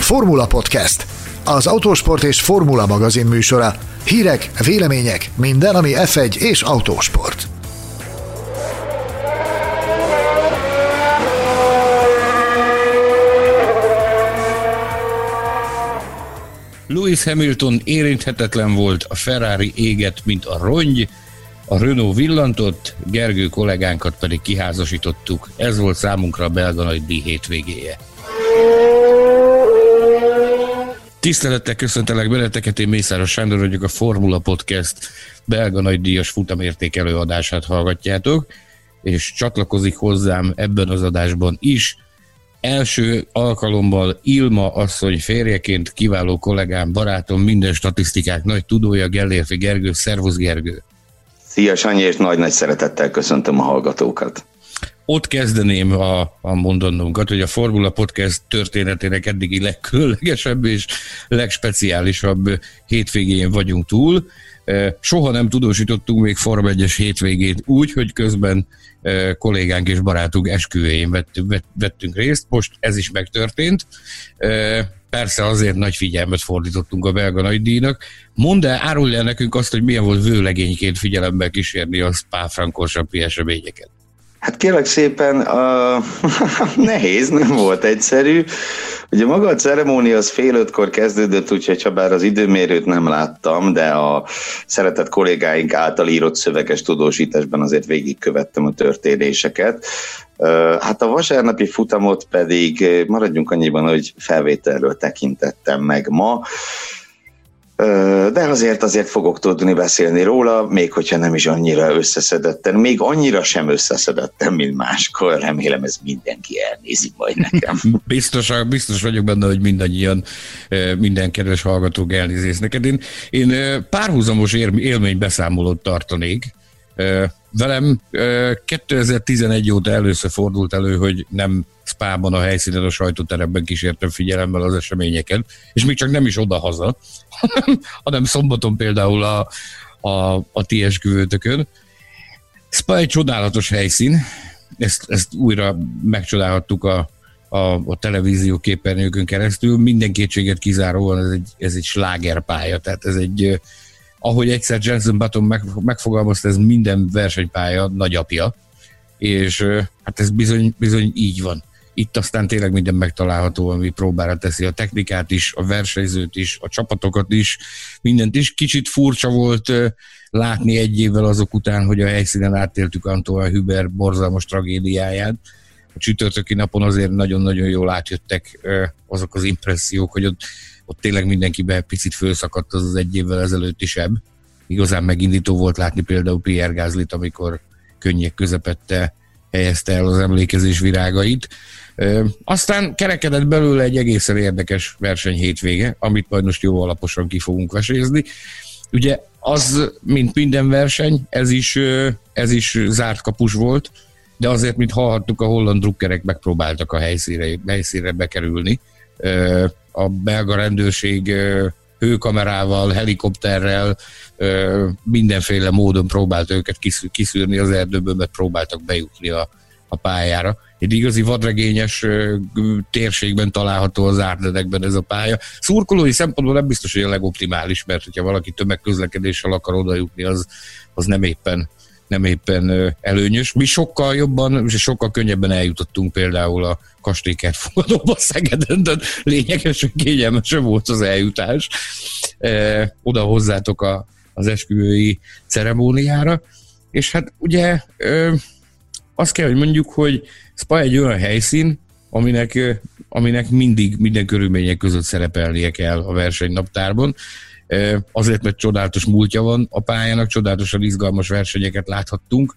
Formula Podcast, az autósport és formula magazin műsora. Hírek, vélemények, minden, ami F1 és autósport. Lewis Hamilton érinthetetlen volt, a Ferrari égett, mint a rongy, a Renault villantott, Gergő kollégánkat pedig kiházasítottuk. Ez volt számunkra a belga nagydíj hétvégéje. Tisztelettel köszöntelek benneteket, én Mészáros Sándor vagyok, a Formula Podcast belga nagydíjas futamértékelő adását hallgatjátok, és csatlakozik hozzám ebben az adásban is első alkalommal Ilma asszony férjeként kiváló kollégám, barátom, minden statisztikák nagy tudója, Gellérfi Gergő. Szervusz, Gergő! Szia, Sanyi, és nagy-nagy szeretettel köszöntöm a hallgatókat. Ott kezdeném a mondanónkat, hogy a Formula Podcast történetének eddigi legkülönlegesebb és legspeciálisabb hétvégén vagyunk túl. Soha nem tudósítottunk még Forma 1-es hétvégét úgy, hogy közben kollégánk és barátunk esküvőjén vettünk részt. Most ez is megtörtént. Persze azért nagy figyelmet fordítottunk a belga nagydíjnak. Árulj el nekünk azt, hogy milyen volt vőlegényként figyelembe kísérni a Spa-Francorchamps eseményeket. Hát kérlek szépen, nehéz, nem volt egyszerű. Ugye maga a ceremónia az 4:30 kezdődött, úgyhogy ha bár az időmérőt nem láttam, de a szeretett kollégáink által írott szöveges tudósításban azért végigkövettem a történéseket. Hát a vasárnapi futamot pedig maradjunk annyiban, hogy felvételről tekintettem meg ma. De azért fogok tudni beszélni róla, még hogyha nem is annyira összeszedetten, még annyira sem összeszedetten, mint máskor. Remélem, ez mindenki elnézi majd nekem. Biztos vagyok benne, hogy mindannyian, minden kedves hallgatók elnézést neked. Én párhuzamos élménybeszámolót tartanék. Velem 2011 óta először fordult elő, hogy nem Spában a helyszínen, a sajtóteremben kísértem figyelemmel az eseményeket, és még csak nem is oda-haza, hanem szombaton például a ti esküvőtökön. Spa egy csodálatos helyszín, ezt újra megcsodálhattuk a televízió képernyőkön keresztül, minden kétséget kizáróan ez egy slágerpálya, tehát ez egy, ahogy egyszer Jenson Button megfogalmazta, ez minden versenypálya nagyapja, és hát ez bizony így van. Itt aztán tényleg minden megtalálható, ami próbára teszi a technikát is, a versenyzőt is, a csapatokat is, mindent is. Kicsit furcsa volt látni egy évvel azok után, hogy a helyszínen áttéltük Antoine Hubert borzalmas tragédiáját. A csütörtöki napon azért nagyon-nagyon jól átjöttek azok az impressziók, hogy ott tényleg mindenkiben picit fölszakadt az egy évvel ezelőtti seb. Igazán megindító volt látni például Pierre Gaslyt, amikor könnyek közepette helyezte el az emlékezés virágait. Aztán kerekedett belőle egy egészen érdekes verseny hétvége, amit majd most jó alaposan ki fogunk vesézni. Ugye az, mint minden verseny, ez is zárt kapus volt, de azért, mint hallhattuk, a holland drukkerek megpróbáltak a helyszínre bekerülni. A belga rendőrség hőkamerával, helikopterrel, mindenféle módon próbált őket kiszűrni az erdőből, mert próbáltak bejutni a pályára. Egy igazi vadregényes térségben található az Árdenekben ez a pálya. Szurkolói szempontból nem biztos, hogy a legoptimális, mert hogyha valaki tömegközlekedéssel akar oda jutni, az nem éppen előnyös. Mi sokkal jobban és sokkal könnyebben eljutottunk például a Kastélykert fogadóba Szegeden, de lényegesen kényelmesen volt az eljutás oda hozzátok az esküvői ceremóniára. És hát ugye azt kell, hogy mondjuk, hogy Spa egy olyan helyszín, aminek mindig minden körülmények között szerepelnie kell a versenynaptárban. Azért, mert csodálatos múltja van a pályának, csodálatosan izgalmas versenyeket láthattunk.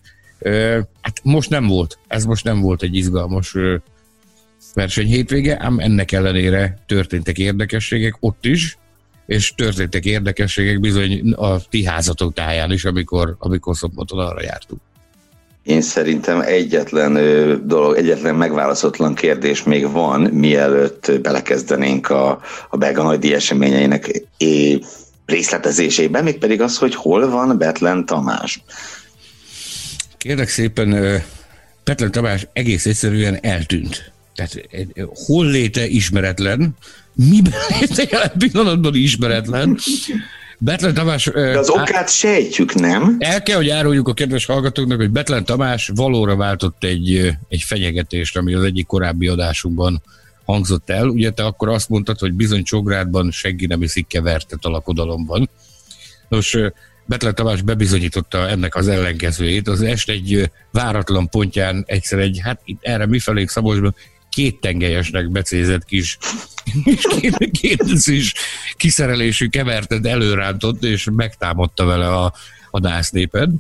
Hát most nem volt. Ez most nem volt egy izgalmas versenyhétvége, ám ennek ellenére történtek érdekességek ott is, és történtek érdekességek bizony a ti házatok táján is, amikor szombaton arra jártunk. Én szerintem egyetlen megválaszolatlan kérdés még van, mielőtt belekezdenénk a belga nagydíj eseményeinek részletezésében, mégpedig az, hogy hol van Bethlen Tamás. Kérlek szépen, Bethlen Tamás egész egyszerűen eltűnt. tehát hol léte ismeretlen, miben léte jelen pillanatban ismeretlen. Bethlen Tamás... De az okát sejtjük, nem? El kell, hogy áruljuk a kedves hallgatóknak, hogy Bethlen Tamás valóra váltott egy fenyegetést, ami az egyik korábbi adásunkban hangzott el. Ugye te akkor azt mondtad, hogy bizony Csográdban senki nem iszik kevertet a lakodalomban. Nos, Bethlen Tamás bebizonyította ennek az ellenkezőjét. Az este egy váratlan pontján egyszer hát itt erre mifelénk Szabolcsban 2 tengelyesnek becézett kis két kiszerelésű kevertet előrántott, és megtámadta vele a násznéped.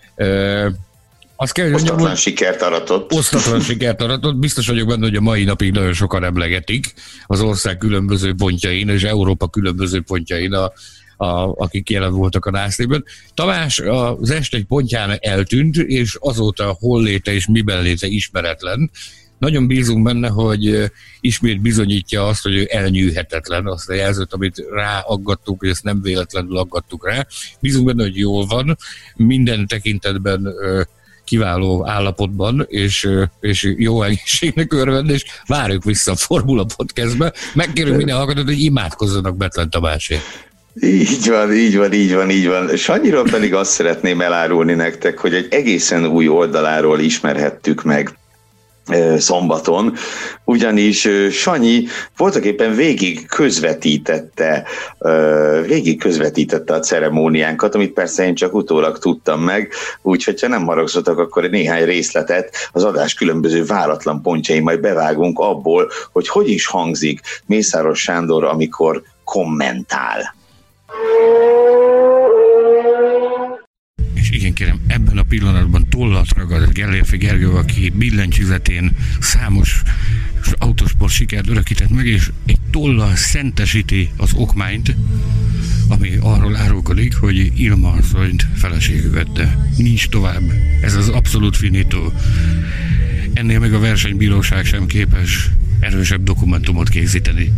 Osztatlan sikert aratott. Osztatlan sikert aratott. Biztos vagyok benne, hogy a mai napig nagyon sokan emlegetik az ország különböző pontjain, és Európa különböző pontjain, akik jelen voltak a násznépben. Tamás az este egy pontján eltűnt, és azóta hol léte és miben léte ismeretlen. Nagyon bízunk benne, hogy ismét bizonyítja azt, hogy ő elnyűhetetlen, azt a jelzőt, amit ráaggattuk, hogy ezt nem véletlenül aggattuk rá. Bízunk benne, hogy jól van, minden tekintetben kiváló állapotban, és jó egészségnek örvend, és várjuk vissza a Formula Podcastbe. Megkérünk minden hallgatót, hogy imádkozzanak Bethlen Tamásért. Így van. Sanyiról pedig azt szeretném elárulni nektek, hogy egy egészen új oldaláról ismerhettük meg szombaton, ugyanis Sanyi voltaképpen végig közvetítette a ceremóniánkat, amit persze én csak utólag tudtam meg, úgyhogy ha nem haragszottak, akkor néhány részletet az adás különböző váratlan pontjain majd bevágunk abból, hogy is hangzik Mészáros Sándor, amikor kommentál. És igen, kérem, ebben a pillanatban tollat ragad Gellérfi Gergő, aki billentyűzetén számos autósport sikert örökített meg, és egy tollal szentesíti az okmányt, ami arról árulkodik, hogy Ilma asszonyt feleségül vette. Nincs tovább. Ez az abszolút finito. Ennél meg a versenybíróság sem képes erősebb dokumentumot készíteni.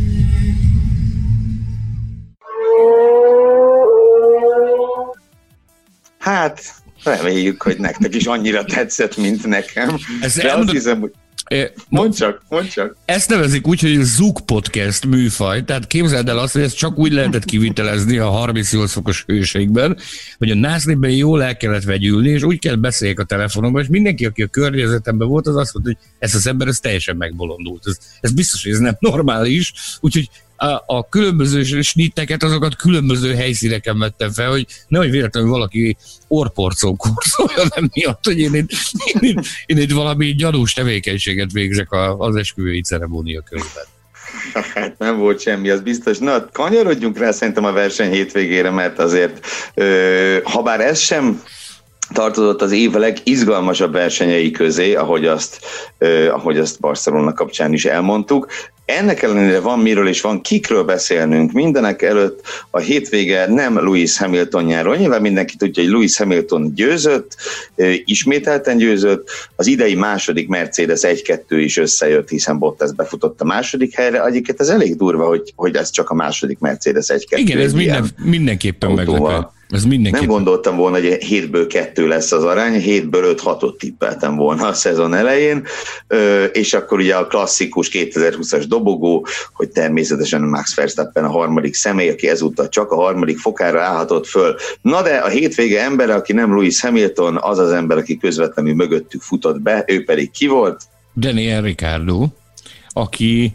Hát, reméljük, hogy nektek is annyira tetszett, mint nekem. De azt hiszem, hogy... Mondd csak. Ezt nevezik úgy, hogy Zug Podcast műfaj, tehát képzeld el azt, hogy ezt csak úgy lehetett kivitelezni a 38 fokos hőségben, hogy a násznépben jól el kellett vegyülni, és úgy kell beszéljek a telefonomban, és mindenki, aki a környezetemben volt, az azt mondta, hogy ez az ember ez teljesen megbolondult. Ez biztos, hogy ez nem normális, úgyhogy a különböző snitteket, azokat különböző helyszíneken vettem fel, hogy nehogy véletlenül valaki orrporcon kurszoljon, nem miatt, hogy én itt valami gyanús tevékenységet végzek az esküvői ceremónia közben. Hát nem volt semmi, az biztos. Na, kanyarodjunk rá szerintem a verseny hétvégére, mert azért, habár ez sem tartozott az év legizgalmasabb versenyei közé, ahogy azt Barcelona kapcsán is elmondtuk. Ennek ellenére van miről és van kikről beszélnünk. Mindenek előtt a hétvége nem Lewis Hamiltonjáról. Nyilván mindenki tudja, hogy Lewis Hamilton győzött, ismételten győzött. Az idei második Mercedes 1-2 is összejött, hiszen Bottas befutott a második helyre. Egyébként ez elég durva, hogy ez csak a második Mercedes 1-2. Igen, ez mindenképpen meglepő. Nem gondoltam volna, hogy 7-ből 2 lesz az arány, 7-ből 5-6-ot tippeltem volna a szezon elején, és akkor ugye a klasszikus 2020-as dobogó, hogy természetesen Max Verstappen a harmadik személy, aki ezúttal csak a harmadik fokára állhatott föl. Na de a hétvége embere, aki nem Lewis Hamilton, az az ember, aki közvetlenül mögöttük futott be, ő pedig ki volt? Daniel Ricciardo, aki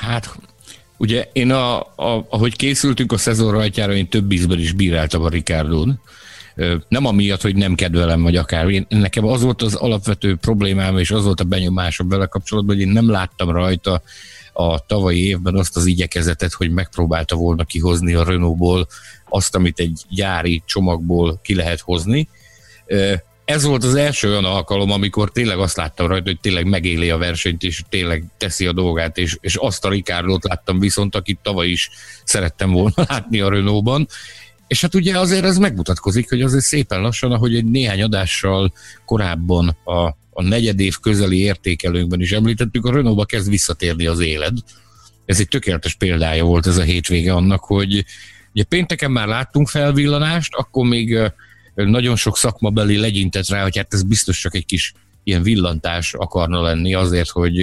ugye én ahogy készültünk a szezon rajtjára, én több ízben is bíráltam a Ricciardón. Nem amiatt, hogy nem kedvelem, vagy akár. Nekem az volt az alapvető problémám, és az volt a benyomásom vele kapcsolatban, hogy én nem láttam rajta a tavalyi évben azt az igyekezetet, hogy megpróbálta volna kihozni a Renaultból azt, amit egy gyári csomagból ki lehet hozni. Ez volt az első olyan alkalom, amikor tényleg azt láttam rajta, hogy tényleg megéli a versenyt, és tényleg teszi a dolgát, és azt a Ricciardót láttam viszont, akit tavaly is szerettem volna látni a Renaultban. És hát ugye azért ez megmutatkozik, hogy azért szépen lassan, ahogy egy néhány adással korábban a negyedév közeli értékelőnkben is említettük, a Renaultba kezd visszatérni az élet. Ez egy tökéletes példája volt ez a hétvége annak, hogy ugye pénteken már láttunk felvillanást, akkor még nagyon sok szakmabeli legyintett rá, hogy hát ez biztos csak egy kis ilyen villantás akarna lenni azért, hogy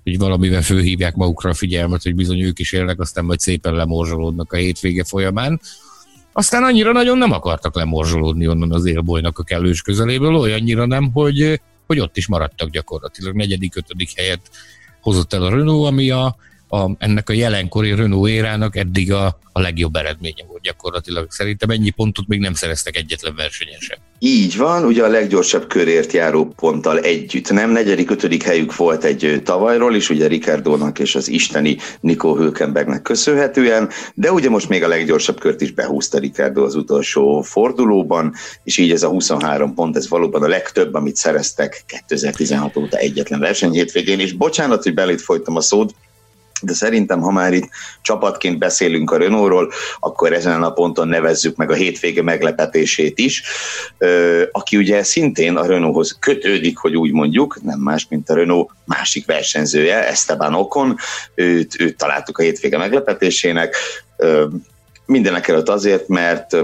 hogy valamivel fölhívják magukra a figyelmet, hogy bizony ők is élnek, aztán majd szépen lemorzsolódnak a hétvége folyamán. Aztán annyira nagyon nem akartak lemorzsolódni onnan az élbolynak a kellős közeléből, olyannyira nem, hogy ott is maradtak gyakorlatilag. 4.-5. helyet hozott el a Renault, ami ennek a jelenkori Renault érának eddig a legjobb eredménye volt gyakorlatilag. Szerintem ennyi pontot még nem szereztek egyetlen versenyen sem. Így van, ugye a leggyorsabb körért járó ponttal együtt. Nem 4.-5. helyük volt egy tavalyról is, ugye Ricciardónak és az isteni Nico Hülkenbergnek köszönhetően, de ugye most még a leggyorsabb kört is behúzta Ricciardo az utolsó fordulóban, és így ez a 23 pont, ez valóban a legtöbb, amit szereztek 2016 óta egyetlen verseny hétvégén, és bocsánat, hogy belét folytam a szót, de szerintem, ha már itt csapatként beszélünk a Renaultról, akkor ezen a ponton nevezzük meg a hétvége meglepetését is, aki ugye szintén a Renaulthoz kötődik, hogy úgy mondjuk, nem más, mint a Renault másik versenyzője, Esteban Ocon, őt találtuk a hétvége meglepetésének, mindenek előtt azért, mert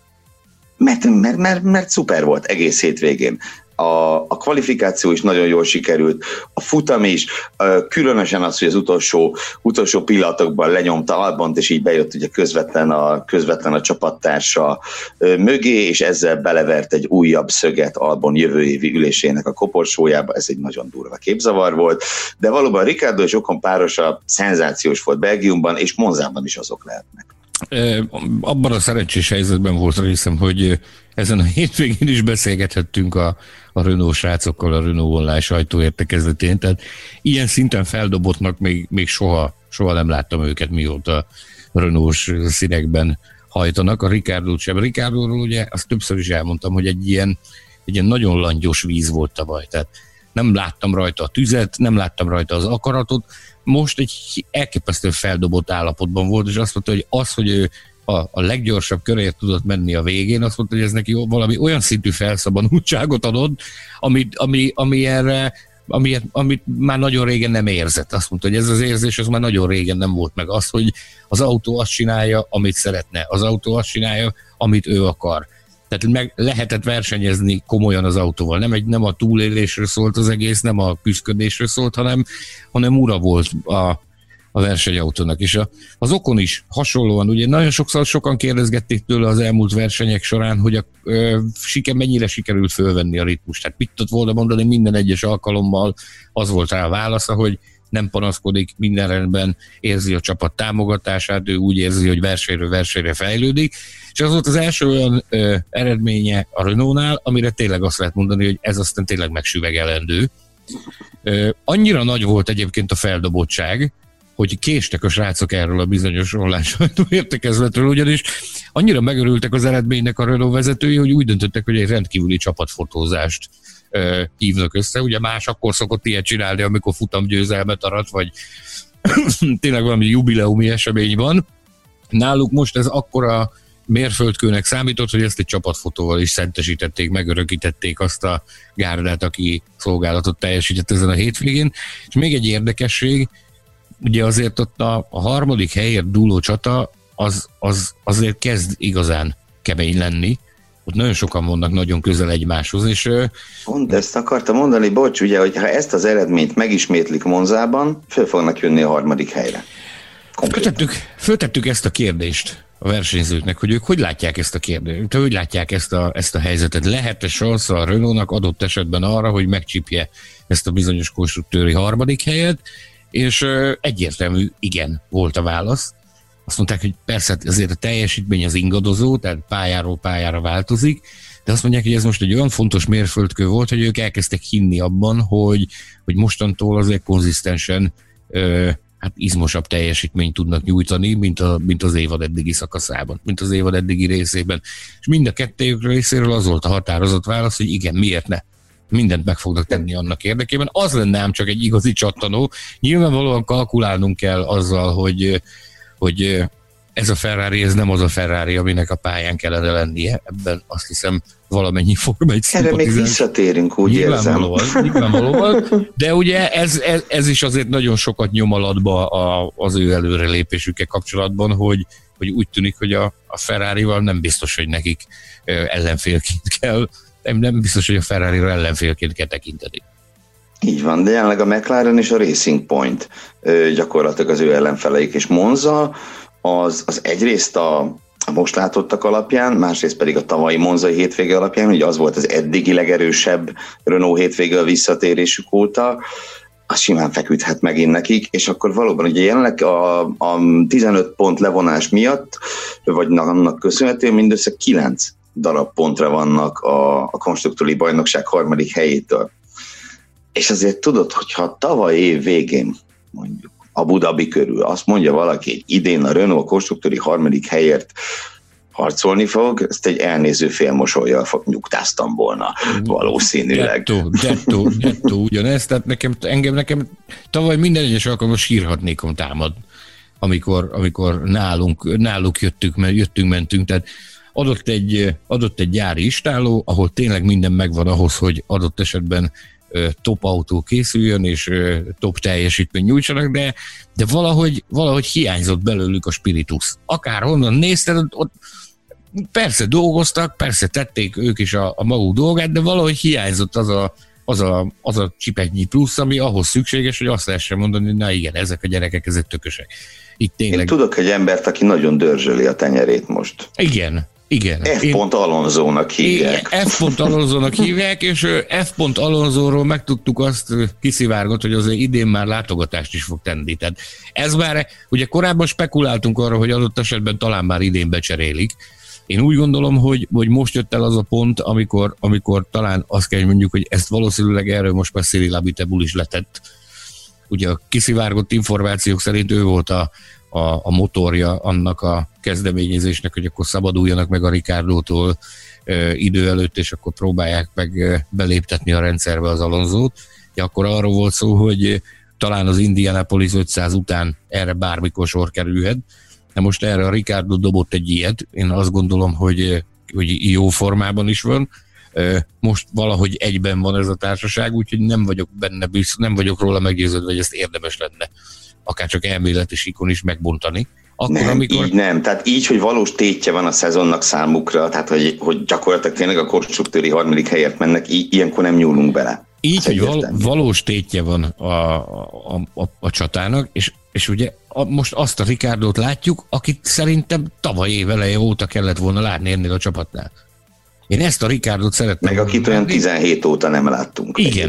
szuper volt egész hétvégén. A kvalifikáció is nagyon jól sikerült, a futam is, különösen az, hogy az utolsó pillanatokban lenyomta Albont, és így bejött ugye közvetlen a csapattársa mögé, és ezzel belevert egy újabb szöget Albon jövő évi ülésének a koporsójába, ez egy nagyon durva képzavar volt, de valóban Ricciardo és Ocon párosa szenzációs volt Belgiumban, és Monzában is azok lehetnek. Abban a szerencsés helyzetben volt részem, hogy ezen a hétvégén is beszélgethettünk a Renault srácokkal a Renault online sajtóértekezletén, tehát ilyen szinten feldobottnak még soha nem láttam őket, mióta Renault-s színekben hajtanak. A Ricciardót sem. Ricciardóról ugye azt többször is elmondtam, hogy egy ilyen nagyon langyos víz volt tavaly, tehát nem láttam rajta a tüzet, nem láttam rajta az akaratot, most egy elképesztően feldobott állapotban volt, és azt mondta, hogy ő a leggyorsabb körért tudott menni a végén, azt mondta, hogy ez neki valami olyan szintű felszabadultságot adott, amit már nagyon régen nem érzett. Azt mondta, hogy ez az érzés, az már nagyon régen nem volt meg. Az, hogy az autó azt csinálja, amit szeretne. Az autó azt csinálja, amit ő akar. Tehát meg lehetett versenyezni komolyan az autóval. Nem a túlélésről szólt az egész, nem a küszködésről szólt, hanem ura volt a versenyautónak. És az Ocon is hasonlóan, ugye nagyon sokan kérdezgették tőle az elmúlt versenyek során, hogy mennyire sikerült fölvenni a ritmust. Tehát mit tudott volna mondani minden egyes alkalommal, az volt rá a válasza, hogy nem panaszkodik, minden rendben, érzi a csapat támogatását, ő úgy érzi, hogy versenyről versenyre fejlődik, és az volt az első olyan eredménye a Renault-nál, amire tényleg azt lehet mondani, hogy ez aztán tényleg megsüvegelendő. Annyira nagy volt egyébként a feldobottság, hogy késtek a srácok erről a bizonyos online sajtóértekezletről, ugyanis annyira megörültek az eredménynek a Renault vezetői, hogy úgy döntöttek, hogy egy rendkívüli csapatfotózást hívnak össze. Ugye más akkor szokott ilyet csinálni, amikor futamgyőzelmet arat, vagy tényleg valami jubileumi esemény van. Náluk most ez akkora mérföldkőnek számított, hogy ezt egy csapatfotóval is szentesítették, megörökítették azt a gárdát, aki szolgálatot teljesített ezen a hétvégén. És még egy érdekesség, ugye azért ott a harmadik helyért dúló csata azért kezd igazán kemény lenni. Ott nagyon sokan vannak nagyon közel egymáshoz, és... Pont ezt akartam mondani, bocs, ugye, hogy ha ezt az eredményt megismétlik Monzában, föl fognak jönni a harmadik helyre. Föltettük ezt a kérdést a versenyzőknek, hogy ők hogy látják ezt a kérdést, hogy látják ezt a helyzetet. Lehet-e szansz a Renault-nak adott esetben arra, hogy megcsípje ezt a bizonyos konstruktőri harmadik helyet, és egyértelmű igen volt a válasz. Azt mondták, hogy persze azért a teljesítmény az ingadozó, tehát pályáról pályára változik, de azt mondják, hogy ez most egy olyan fontos mérföldkő volt, hogy ők elkezdtek hinni abban, hogy mostantól azért konzisztensen izmosabb teljesítményt tudnak nyújtani, mint az évad eddigi szakaszában, mint az évad eddigi részében. És mind a kettőjük részéről az volt a határozott válasz, hogy igen, miért ne? Mindent meg fognak tenni annak érdekében. Az lenne ám csak egy igazi csattanó. Nyilvánvalóan kalkulálnunk kell azzal, hogy ez a Ferrari, ez nem az a Ferrari, aminek a pályán kellene lennie. Ebben azt hiszem valamennyi Forma 1 szimpatizál. Erre még visszatérünk, úgy nyilvánvalóan. De ugye ez is azért nagyon sokat nyom alatba az ő előrelépésükkel kapcsolatban, hogy úgy tűnik, hogy a Ferrarival nem biztos, hogy nekik ellenfélként kell, nem biztos, hogy a Ferrarira ellenfélként kell tekinteni. Így van, de jelenleg a McLaren és a Racing Point gyakorlatilag az ő ellenfeleik, és Monza az egyrészt a most látottak alapján, másrészt pedig a tavalyi monzai hétvége alapján, hogy az volt az eddigi legerősebb Renault hétvége a visszatérésük óta, az simán feküdhet megint nekik, és akkor valóban ugye jelenleg a 15 pont levonás miatt, vagy annak köszönhetően mindössze 9 darab pontra vannak a konstruktúri bajnokság harmadik helyétől. És azért tudod, hogyha tavaly év végén mondjuk Abu Dhabi körül azt mondja valaki, hogy idén a Renault konstruktúri harmadik helyért harcolni fog, ezt egy elnéző félmosollyal nyugtáztam volna valószínűleg. Dettó, ugyanezt, tehát nekem tavaly minden egyes alkalommal sírhatnékom támad, amikor náluk jöttünk, mentünk, tehát adott egy gyári istálló, ahol tényleg minden megvan ahhoz, hogy adott esetben top autó készüljön, és top teljesítmény nyújtsanak, de valahogy hiányzott belőlük a spiritus. Akárhonnan nézted, ott persze dolgoztak, persze tették ők is a maguk dolgát, de valahogy hiányzott az a csipetnyi plusz, ami ahhoz szükséges, hogy azt lehessen mondani, hogy na igen, ezek a gyerekek, ezek tökösek. Itt tényleg... Én tudok egy embert, aki nagyon dörzsöli a tenyerét most. Igen. F. Alonzónak hívják. F. Alonzónak hívják, és F. Alonzóról megtudtuk azt kiszivárgott, hogy azért idén már látogatást is fog tenni. Tehát ez már, ugye korábban spekuláltunk arra, hogy adott esetben talán már idén becserélik. Én úgy gondolom, hogy most jött el az a pont, amikor talán azt kell mondjuk, hogy ezt valószínűleg erről most már Cyril Abiteboul is letett. Ugye a kiszivárgott információk szerint ő volt a motorja annak a kezdeményezésnek, hogy akkor szabaduljanak meg a Ricciardótól idő előtt, és akkor próbálják meg beléptetni a rendszerbe az Alonzót. Ja, akkor arról volt szó, hogy talán az Indianapolis 500 után erre bármikor sor kerülhet. De most erre a Ricciardo dobott egy ilyet. Én azt gondolom, hogy jó formában is van. Most valahogy egyben van ez a társaság, úgyhogy nem vagyok róla meggyőződve, hogy ezt érdemes lenne akár csak elméleti síkon is megbontani. Akkor, nem, így nem. Tehát így, hogy valós tétje van a szezonnak számukra, tehát hogy gyakorlatilag tényleg a konstruktőri harmadik helyért mennek, ilyenkor nem nyúlunk bele. Így, hogy valós tétje van a csatának, és ugye most azt a Ricciardót látjuk, akit szerintem tavaly év eleje óta kellett volna látni ennél a csapatnál. Én ezt a Ricciardót szerettem. Meg akit olyan 17 óta nem láttunk. Igen,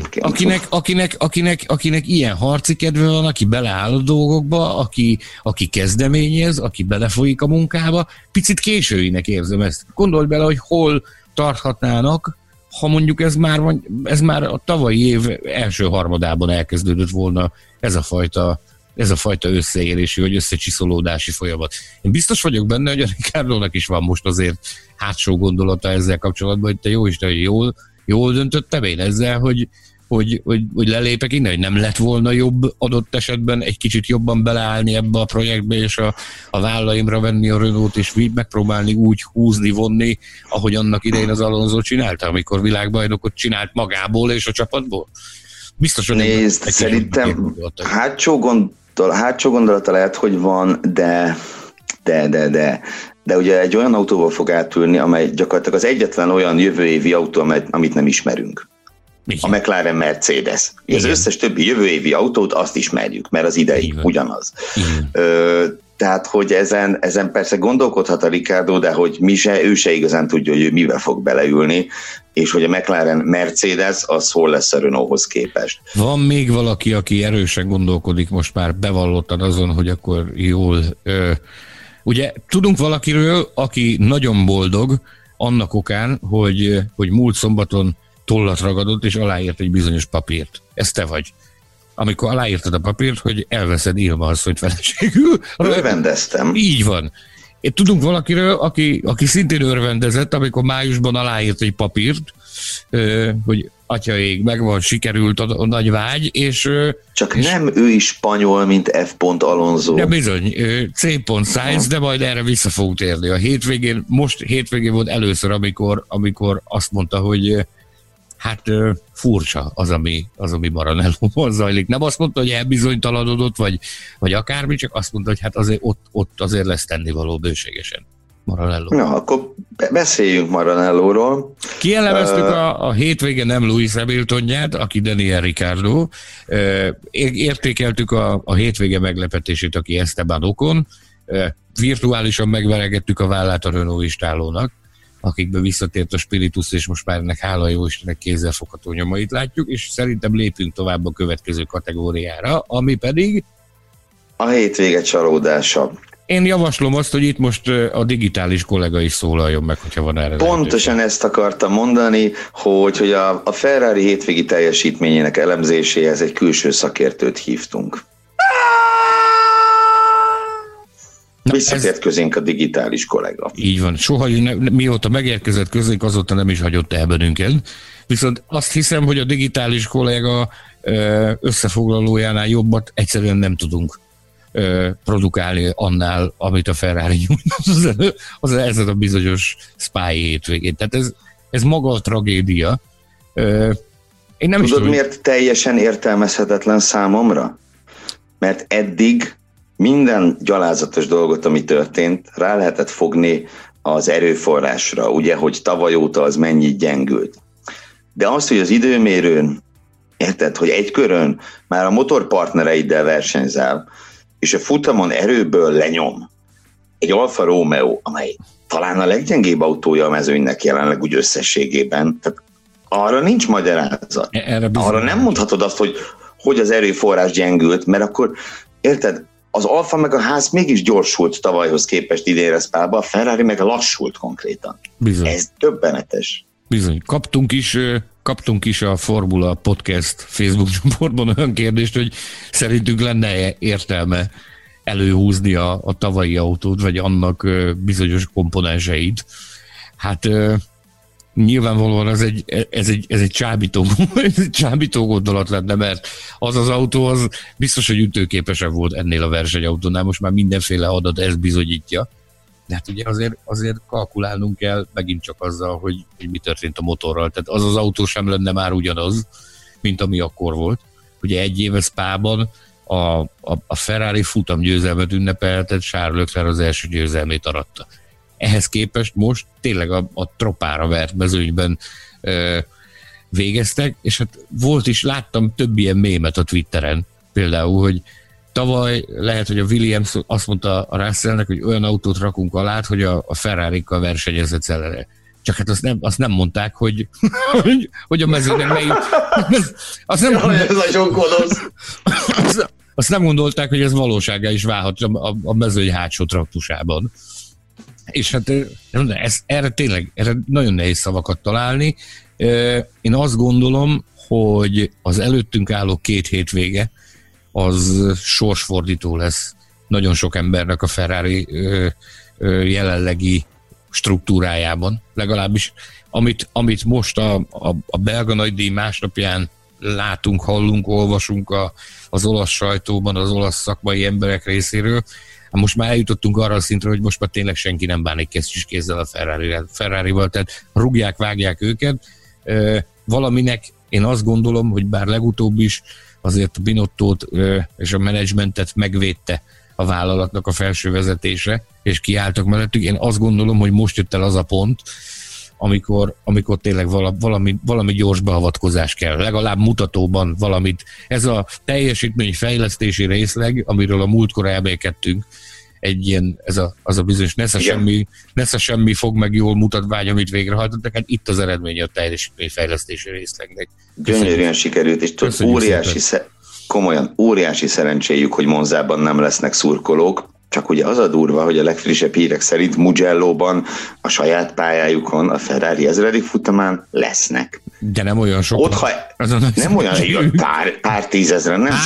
akinek ilyen harci kedve van, aki beleáll a dolgokba, aki kezdeményez, aki belefolyik a munkába. Picit későinek érzem ezt. Gondolj bele, hogy hol tarthatnának, ha mondjuk ez már a tavalyi év első harmadában elkezdődött volna ez a fajta összeérési vagy összecsiszolódási folyamat. Én biztos vagyok benne, hogy a Ricciardónak is van most azért hátsó gondolata ezzel kapcsolatban, hogy te jóisten, hogy jól döntöttem én ezzel, hogy lelépek innen, hogy nem lett volna jobb adott esetben egy kicsit jobban beleállni ebbe a projektbe, és a vállaimra venni a Renault, és megpróbálni úgy húzni, vonni, ahogy annak idején az Alonso csinálta, amikor világbajnokot csinált magából és a csapatból. Biztos, hogy nézd, szerintem hátsó gondolata lehet, hogy van, de ugye egy olyan autóval fog átülni, amely gyakorlatilag az egyetlen olyan jövő évi autó, amit nem ismerünk. Igen. A McLaren Mercedes. Az összes többi jövő évi autót azt ismerjük, mert az idei ugyanaz. Tehát, hogy ezen persze gondolkodhat a Ricciardo, de hogy ő se igazán tudja, hogy ő mivel fog beleülni, és hogy a McLaren Mercedes az hol lesz a Renaulthoz képest. Van még valaki, aki erősen gondolkodik, most már bevallottan azon, hogy akkor jól... Ugye tudunk valakiről, aki nagyon boldog annak okán, hogy múlt szombaton tollat ragadott, és aláírt egy bizonyos papírt. Ez te vagy. Amikor aláírtad a papírt, hogy elveszed Ilma asszonyt feleségül. Örvendeztem. Így van. Tudunk valakiről, aki szintén örvendezett, amikor májusban aláírt egy papírt, hogy atyaég, megvan, sikerült a nagy vágy, és... Csak nem ő is spanyol, mint F. Alonso. De bizony, C. Sainz, de majd erre vissza fogunk térni. A hétvégén volt először, amikor azt mondta, hogy hát furcsa az, ami Maranellóban zajlik. Nem azt mondta, hogy elbizonytalanodott, vagy akármi, csak azt mondta, hogy hát azért ott azért lesz tennivaló bőségesen. Maranello. Na, akkor beszéljünk Maranellóról. Kielemeztük a hétvége nem Lewis Hamiltonját, aki Daniel Ricciardo. Értékeltük a hétvége meglepetését, aki Esteban Ocon. Virtuálisan megveregettük a vállát a Renault istálónak, akikbe visszatért a spiritus, és most már ennek hála jó Istennek kézzelfogható nyomait látjuk, és szerintem lépünk tovább a következő kategóriára, ami pedig a hétvége csalódása. Én javaslom azt, hogy itt most a digitális kollega is szólaljon meg, hogyha van erre. Pontosan ezt akartam mondani, hogy a Ferrari hétvégi teljesítményének elemzéséhez egy külső szakértőt hívtunk. Visszatért közénk a digitális kollega. Így van. Soha, mióta megérkezett közénk, azóta nem is hagyott el bennünket. Viszont azt hiszem, hogy a digitális kollega összefoglalójánál jobbat egyszerűen nem tudunk produkálni annál, amit a Ferrari nyújt ez a bizonyos Spa hétvégén. Tehát ez maga a tragédia. Én nem Tudod, miért teljesen értelmezhetetlen számomra? Mert eddig minden gyalázatos dolgot, ami történt, rá lehetett fogni az erőforrásra, ugye, hogy tavaly óta az mennyit gyengült. De azt, hogy az időmérőn, érted, hogy egy körön már a motorpartnereiddel versenyzel, és a futamon erőből lenyom egy Alfa Romeo, amely talán a leggyengébb autója a mezőnynek jelenleg úgy összességében, tehát arra nincs magyarázat. Arra nem mondhatod azt, hogy az erőforrás gyengült, mert akkor, érted, az Alfa meg a Haas mégis gyorsult tavalyhoz képest idénre Spába, a Ferrari meg lassult konkrétan. Bizony. Ez döbbenetes. Bizony. Kaptunk is a Formula Podcast Facebook csoportban olyan kérdést, hogy szerintünk lenne értelme előhúzni a tavalyi autót, vagy annak bizonyos komponenseit. Hát nyilvánvalóan ez egy csábító gondolat lenne, mert az autó az biztos, hogy ütőképesebb volt ennél a versenyautónál, most már mindenféle adat ezt bizonyítja. De hát ugye azért kalkulálnunk kell megint csak azzal, hogy mi történt a motorral. Tehát az autó sem lenne már ugyanaz, mint ami akkor volt. Ugye egy éve Spában a Ferrari futamgyőzelmet ünnepeltet, Charles Leclerc az első győzelmét aratta. Ehhez képest most tényleg a tropára vert mezőnyben végeztek, és hát láttam több ilyen mémet a Twitteren, például, hogy tavaly lehet, hogy a Williams azt mondta a Russellnek, hogy olyan autót rakunk alá, hogy a Ferrari-kkal versenyezett celere. Csak hát azt nem mondták, hogy a mezőnek melyik... Azt nem gondolták, hogy ez valósággá is válhat a mezőny hátsó traktusában. És hát erre nagyon nehéz szavakat találni. Én azt gondolom, hogy az előttünk álló 2 hétvége az sorsfordító lesz nagyon sok embernek a Ferrari jelenlegi struktúrájában. Legalábbis amit most a belga nagydíj másnapján látunk, hallunk, olvasunk az olasz sajtóban, az olasz szakmai emberek részéről, most már eljutottunk arra a szintre, hogy most már tényleg senki nem bánik kesztyűs kézzel a Ferrarival, tehát rúgják, vágják őket. Valaminek én azt gondolom, hogy bár legutóbb is azért a Binottót és a menedzsmentet megvédte a vállalatnak a felső vezetése, és kiálltak mellettük. Én azt gondolom, hogy most jött el az a pont, amikor tényleg valami gyors beavatkozás kell. Legalább mutatóban valamit. Ez a teljesítményfejlesztési részleg, amiről a múltkor elmélkedtünk, egy ilyen, az a bizonyos nesze semmi fog meg jól mutatvány, amit végrehajtottak, hát itt az eredménye a teljesítményfejlesztési részlegnek. Gyönyörűen sikerült, és komolyan óriási szerencséjük, hogy Monzában nem lesznek szurkolók, csak ugye az a durva, hogy a legfrissebb hírek szerint Mugello-ban a saját pályájukon a Ferrari 1000. futamán lesznek. De nem olyan sok. Nem olyan, hogy pár tízezren, nem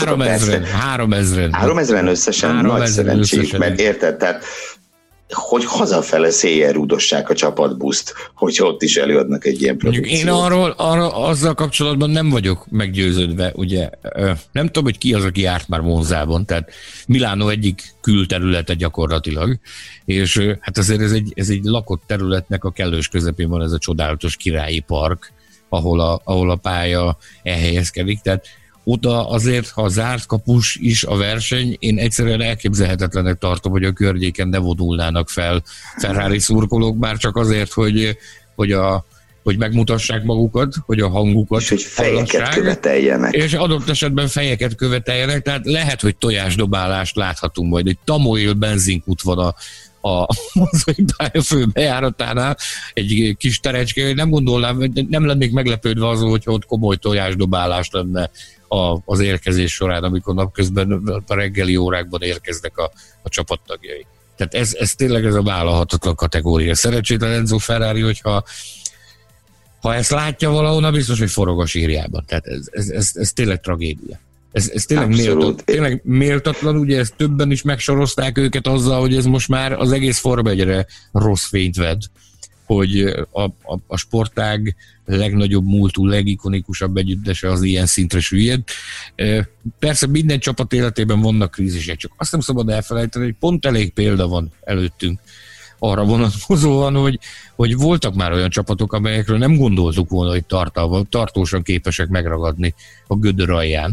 3000 összesen, nagy szerencséjük, mert érted, tehát hogy hazafele széjjel rúdossák a csapatbuszt, hogy ott is előadnak egy ilyen produkciót. Én arról azzal kapcsolatban nem vagyok meggyőződve, ugye. Nem tudom, hogy ki az, aki járt már Monzában, tehát Milánó egyik külterülete gyakorlatilag, és hát azért ez egy lakott területnek a kellős közepén van ez a csodálatos királyi park, ahol a pálya elhelyezkedik, tehát oda azért, ha zárt kapus is a verseny, én egyszerűen elképzelhetetlenek tartom, hogy a környéken ne vonulnának fel Ferrari szurkolók, bár csak azért, hogy megmutassák magukat, hogy a hangukat és hogy fejeket követeljenek. És adott esetben fejeket követeljenek, tehát lehet, hogy tojásdobálást láthatunk majd. Egy Tamoil benzinkút van a fő bejáratánál, egy kis terecske, nem gondolnám, nem lennék meglepődve azon, hogyha ott komoly tojásdobálás lenne az érkezés során, amikor napközben a reggeli órákban érkeznek a csapattagjai. Tehát ez tényleg ez a vállalhatatlan kategória. Szerencsétlen Enzo Ferrari, hogyha ezt látja valahonnan, biztos, hogy forog a sírjában. Tehát ez tényleg tragédia. Ez tényleg méltatlan, ugye ezt többen is megsorozták őket azzal, hogy ez most már az egész Forma 1-re rossz fényt ved, hogy a sportág legnagyobb múltú, legikonikusabb együttese az ilyen szintre süllyed. Persze minden csapat életében vannak krízisek, csak azt nem szabad elfelejteni, hogy pont elég példa van előttünk arra vonatkozóan, hogy voltak már olyan csapatok, amelyekről nem gondoltuk volna, hogy tartósan képesek megragadni a gödör alján.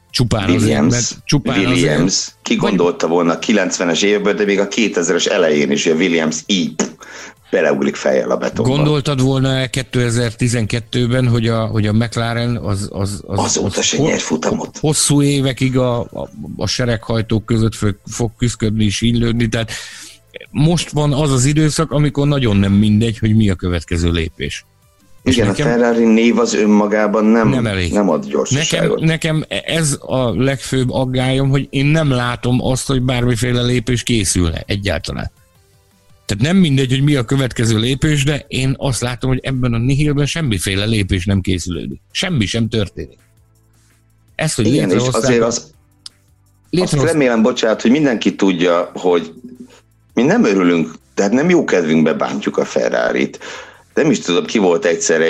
Williams. Ki gondolta volna a 90-es években, de még a 2000-es elején is, hogy a Williams beleuglik fejjel a betonba. Gondoltad volna 2012-ben, hogy a McLaren azóta se nyert futamot. Hosszú évekig a sereghajtók között fog küszködni és illődni, tehát most van az az időszak, amikor nagyon nem mindegy, hogy mi a következő lépés. Igen, a Ferrari név az önmagában nem ad gyorsaságot. Nekem ez a legfőbb aggályom, hogy én nem látom azt, hogy bármiféle lépés készülne egyáltalán. Tehát nem mindegy, hogy mi a következő lépés, de én azt látom, hogy ebben a nihilben semmiféle lépés nem készülődik. Semmi sem történik. Ezt, hogy igen, és azért azt remélem, bocsánat, hogy mindenki tudja, hogy mi nem örülünk, tehát nem jó kedvünkbe bántjuk a Ferrarit. Nem is tudom, ki volt egyszer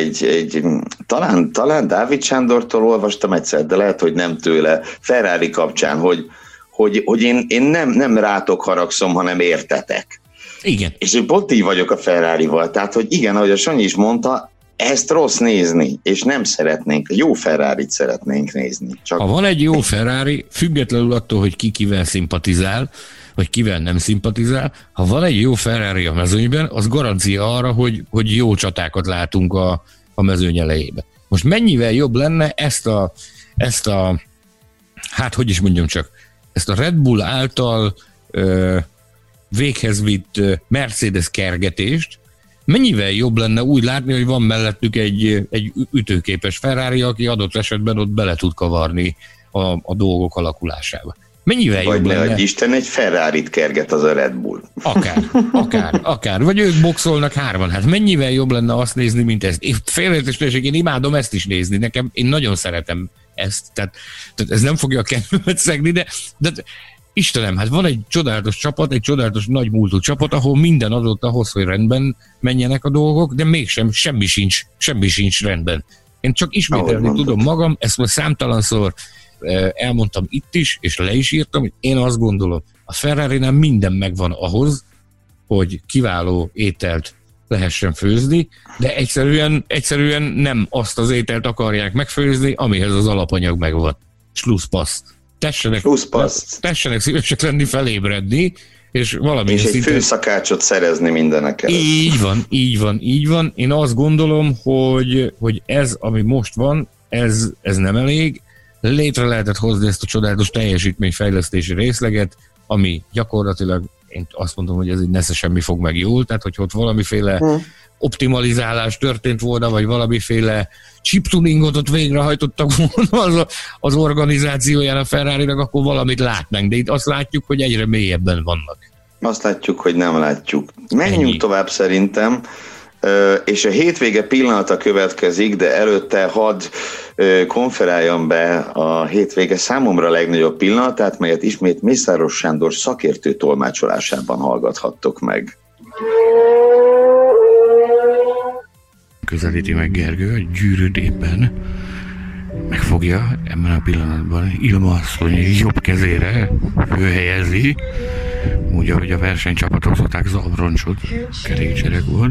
talán Dávid Sándortól olvastam egyszer, de lehet, hogy nem tőle, Ferrari kapcsán, hogy én nem rátok haragszom, hanem értetek. Igen. És én pont így vagyok a Ferrarival. Tehát, hogy igen, ahogy a Sanyi is mondta, ezt rossz nézni, és nem szeretnénk, jó Ferrarit szeretnénk nézni. Ha van egy jó Ferrari, függetlenül attól, hogy ki kivel szimpatizál, vagy kivel nem szimpatizál, ha van egy jó Ferrari a mezőnyben, az garancia arra, hogy jó csatákat látunk a mezőny elejében. Most mennyivel jobb lenne ezt a hát hogy is mondjam csak, ezt a Red Bull által véghez vitt Mercedes kergetést, mennyivel jobb lenne úgy látni, hogy van mellettük egy ütőképes Ferrari, aki adott esetben ott bele tud kavarni a dolgok alakulásába. Mennyivel vagy jobb lenne? Vagy Isten egy Ferrarit kerget az a Red Bull. Akár. Vagy ők boxolnak hárman. Hát mennyivel jobb lenne azt nézni, mint ezt. Félreértésre, én imádom ezt is nézni. Én nagyon szeretem ezt. Tehát ez nem fogja a kedvemet szegni, de Istenem, hát van egy csodálatos csapat, egy csodálatos nagy múltú csapat, ahol minden adott ahhoz, hogy rendben menjenek a dolgok, de mégsem semmi sincs rendben. Én csak ismételni tudom magam, ezt most számtalanszor elmondtam itt is, és le is írtam, hogy én azt gondolom, a Ferrarinál minden megvan ahhoz, hogy kiváló ételt lehessen főzni, de egyszerűen nem azt az ételt akarják megfőzni, amihez az alapanyag megvan. Schlusspasst. Tessenek szívesek lenni, felébredni, és valamilyen és egy főszakácsot szerezni mindenek előtt. Így van. Én azt gondolom, hogy ez, ami most van, ez nem elég. Létre lehetett hozni ezt a csodálatos teljesítményfejlesztési részleget, ami gyakorlatilag, én azt mondom, hogy ez így nesze semmi fog meg jól, tehát hogy ott valamiféle optimalizálás történt volna, vagy valamiféle chiptuningot ott végrehajtottak volna az organizációján a Ferrarinak, akkor valamit látnánk, de itt azt látjuk, hogy egyre mélyebben vannak. Azt látjuk, hogy nem látjuk. Menjünk tovább szerintem, és a hétvége pillanata következik, de előtte hadd konferáljam be a hétvége számomra legnagyobb pillanatát, melyet ismét Mészáros Sándor szakértő tolmácsolásában hallgathattok meg. Közelíti meg Gergő a gyűrűdében, megfogja ebben a pillanatban Ilma asszony jobb kezére főhelyezi, úgy, ahogy a versenycsapatok szokták Zabroncsot, kerékcserekor.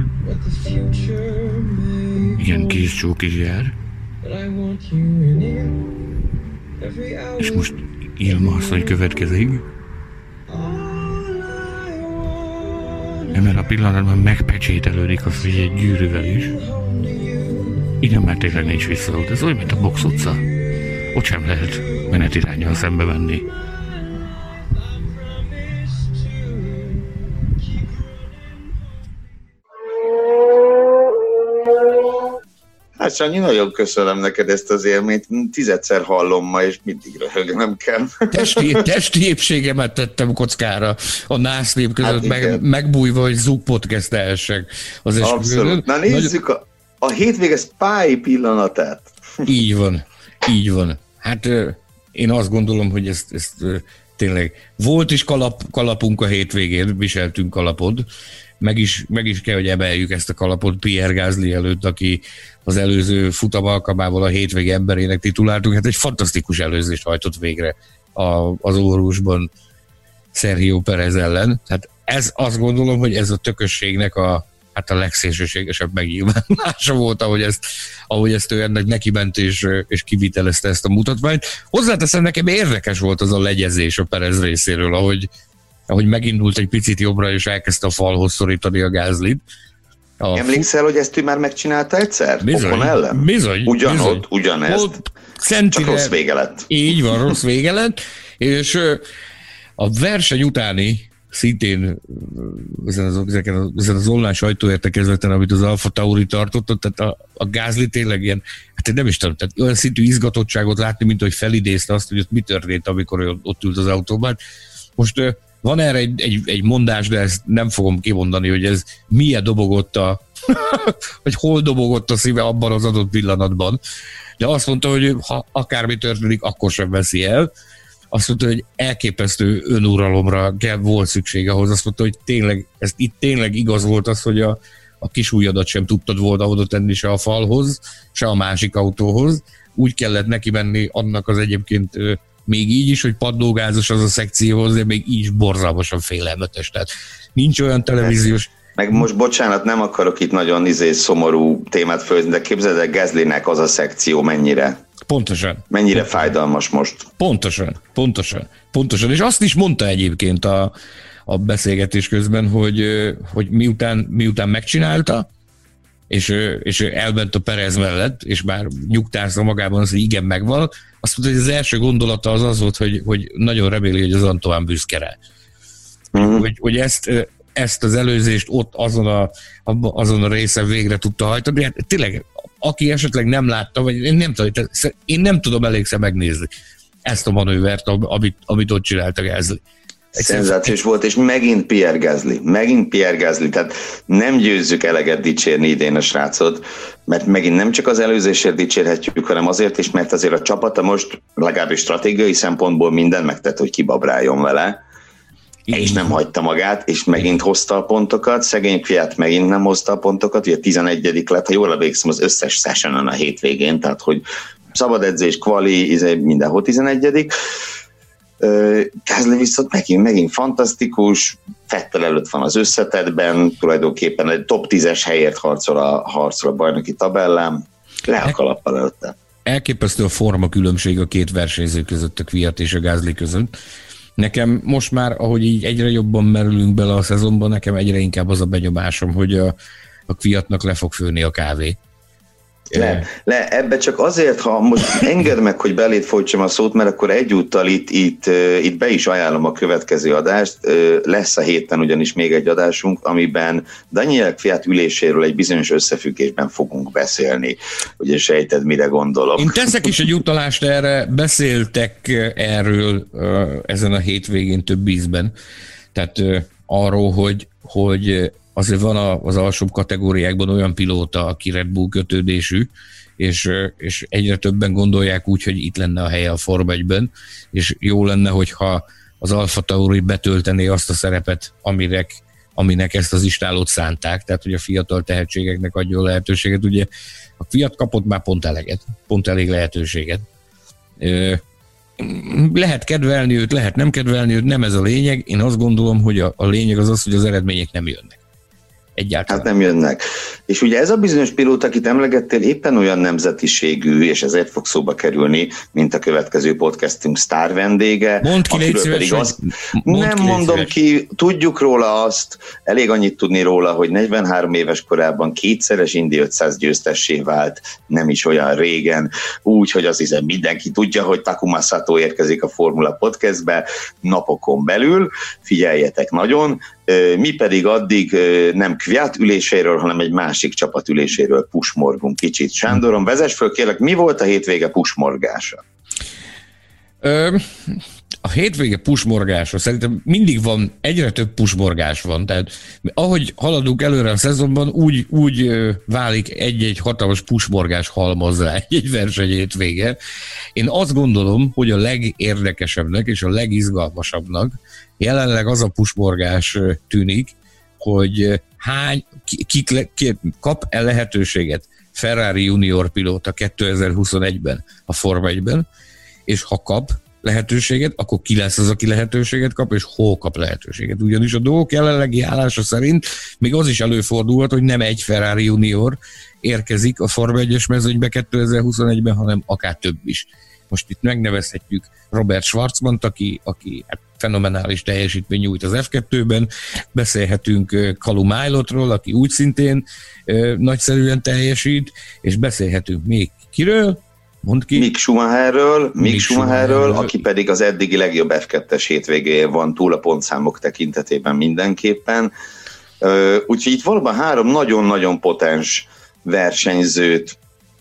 Igen, kézcsók is jár. És most Ilma asszony következik. Ebben a pillanatban megpecsételődik az, hogy egy gyűrűvel is. Ide már tényleg nincs visszaút. Ez olyan, mint a Box utca. Ott sem lehet menetiránnyal szembe menni. Hát Sanyi, nagyon köszönöm neked ezt az élményt. 10-szer hallom ma, és mindig röhögnem kell. Testi épségemet tettem kockára a nászlép között, hát megbújva, hogy Zug podcastelhessek az esküvőn. Na nézzük a hétvége spy pillanatát. Így van. Hát én azt gondolom, hogy ezt tényleg volt is kalapunk a hétvégén, viseltünk kalapod, meg is kell, hogy emeljük ezt a kalapot Pierre Gasly előtt, aki az előző futam alkalmával a hétvége emberének tituláltunk. Hát egy fantasztikus előzést hajtott végre az Orhusban Sergio Perez ellen. Tehát azt gondolom, hogy ez a tökösségnek a legszélsőségesebb megnyilvánulása volt, ahogy ezt ő ennek nekiment és kivitelezte ezt a mutatványt. Hozzáteszem, nekem érdekes volt az a legyezés a Perez részéről, ahogy megindult egy picit jobbra, és elkezdte a falhoz szorítani a Gaslyt. Emlékszel, hogy ezt ő már megcsinálta egyszer? Bizony. Ugyanezt. Csak rossz vége lett. Így van, rossz vége lett. És a verseny utáni szintén ezen az online sajtóértekezleten, amit az Alfa Tauri tartott, tehát a Gasly tényleg ilyen, hát nem is tudom, tehát olyan szintű izgatottságot látni, mint hogy felidézte azt, hogy ott mi történt, amikor ő ott ült az autóban. Most van erre egy mondás, de ezt nem fogom kimondani, hogy ez milyen dobogott vagy hol dobogott a szíve abban az adott pillanatban. De azt mondta, hogy ha akármi történik, akkor sem veszi el. Azt mondta, hogy elképesztő önuralomra volt szükség ahhoz. Azt mondta, hogy tényleg igaz volt az, hogy a kis ujjadat sem tudtad volna oda tenni se a falhoz, se a másik autóhoz. Úgy kellett neki menni annak az egyébként még így is, hogy padlógázos az a szekcióhoz, de még így is borzalmasan félelmetes. Tehát nincs olyan televíziós... Meg most bocsánat, nem akarok itt nagyon szomorú témát fölzni, de képzeld el Gaslynek az a szekció mennyire fájdalmas most. Pontosan. És azt is mondta egyébként a beszélgetés közben, hogy miután megcsinálta, és elment a Perez mellett, és már nyugtázta magában az, hogy igen, megvan, azt mondta, hogy az első gondolata az volt, hogy nagyon reméli, hogy az Antoine büszke rá. Hogy ezt az előzést ott azon a részen végre tudta hajtani. Hát tényleg, aki esetleg nem látta, vagy én nem tudom elégszer megnézni ezt a manővert, amit ott csináltak Gasly. Szenzációs volt, és megint Pierre Gasly, tehát nem győzzük eleget dicsérni idén a srácot, mert megint nem csak az előzésért dicsérhetjük, hanem azért is, mert azért a csapata most legalábbis stratégiai szempontból mindent megtett, hogy kibabráljon vele, és nem hagyta magát, és megint hozta a pontokat, szegény Fiat megint nem hozta a pontokat, ugye 11. lett, ha jól emlékszem, az összes sessionon a hétvégén, tehát hogy szabad edzés, kvali, mindenhol 11. Gasly viszont megint fantasztikus, Vettel előtt van az összetettben, tulajdonképpen egy top 10-es helyért harcol a bajnoki tabellán, le a kalappal előtte. Elképesztő a forma különbség a két versenyző között, a Kvyat és a Gasly között. Nekem most már, ahogy így egyre jobban merülünk bele a szezonban, nekem egyre inkább az a benyomásom, hogy a Kvyatnak le fog főni a kávé. Ebbe csak azért, ha most engedd meg, hogy beléd folytsam a szót, mert akkor egyúttal itt be is ajánlom a következő adást. Lesz a héten ugyanis még egy adásunk, amiben Daniel Kvyat üléséről egy bizonyos összefüggésben fogunk beszélni. Ugye sejted, mire gondolok. Én teszek is egy utalást erre, beszéltek erről ezen a hétvégén több ízben. Tehát arról, hogy azért van az alsóbb kategóriákban olyan pilóta, aki Red Bull kötődésű, és egyre többen gondolják úgy, hogy itt lenne a helye a Forma 1-ben, és jó lenne, hogyha az Alfa Tauri betöltené azt a szerepet, aminek ezt az istálót szánták, tehát hogy a fiatal tehetségeknek adjon lehetőséget. Ugye a Fiat kapott már pont elég lehetőséget. Lehet kedvelni őt, lehet nem kedvelni őt, nem ez a lényeg. Én azt gondolom, hogy a lényeg az, hogy az eredmények nem jönnek. egyáltalán. Hát nem jönnek. És ugye ez a bizonyos pilóta, akit emlegettél, éppen olyan nemzetiségű, és ezért fog szóba kerülni, mint a következő podcastünk sztár vendége. Mondd ki, légy szíves, nem mondom ki, tudjuk róla azt, elég annyit tudni róla, hogy 43 éves korában 2-szeres Indy 500 győztessé vált, nem is olyan régen, úgy, hogy azt hiszem mindenki tudja, hogy Takuma Sato érkezik a Formula Podcastbe napokon belül, figyeljetek nagyon, mi pedig addig nem Kvyat üléséről, hanem egy másik csapat üléséről pusmorgunk kicsit. Sándoron, vezess föl, kérlek, mi volt a hétvége pusmorgása? A hétvége pusmorgása, szerintem mindig van, egyre több pusmorgás van, tehát ahogy haladunk előre a szezonban, úgy válik egy-egy hatalmas pusmorgás halmazzá egy verseny hétvége. Én azt gondolom, hogy a legérdekesebbnek és a legizgalmasabbnak jelenleg az a pusmorgás tűnik, hogy ki kap-e lehetőséget Ferrari junior pilóta 2021-ben a Forma 1-ben, és ha kap lehetőséget, akkor ki lesz az, aki lehetőséget kap, és hol kap lehetőséget. Ugyanis a dolgok jelenlegi állása szerint még az is előfordulhat, hogy nem egy Ferrari junior érkezik a Forma 1-es mezőnybe 2021-ben, hanem akár több is. Most itt megnevezhetjük Robert Schwarzmant, aki hát fenomenális teljesítmény nyújt az F2-ben, beszélhetünk Callum Ilotról, aki úgy szintén nagyszerűen teljesít, és beszélhetünk még kiről? Mondd ki. Mick Schumacherről, aki pedig az eddigi legjobb F2-es hétvégéje van túl a pontszámok tekintetében mindenképpen. Úgyhogy itt valóban 3 nagyon-nagyon potens versenyzőt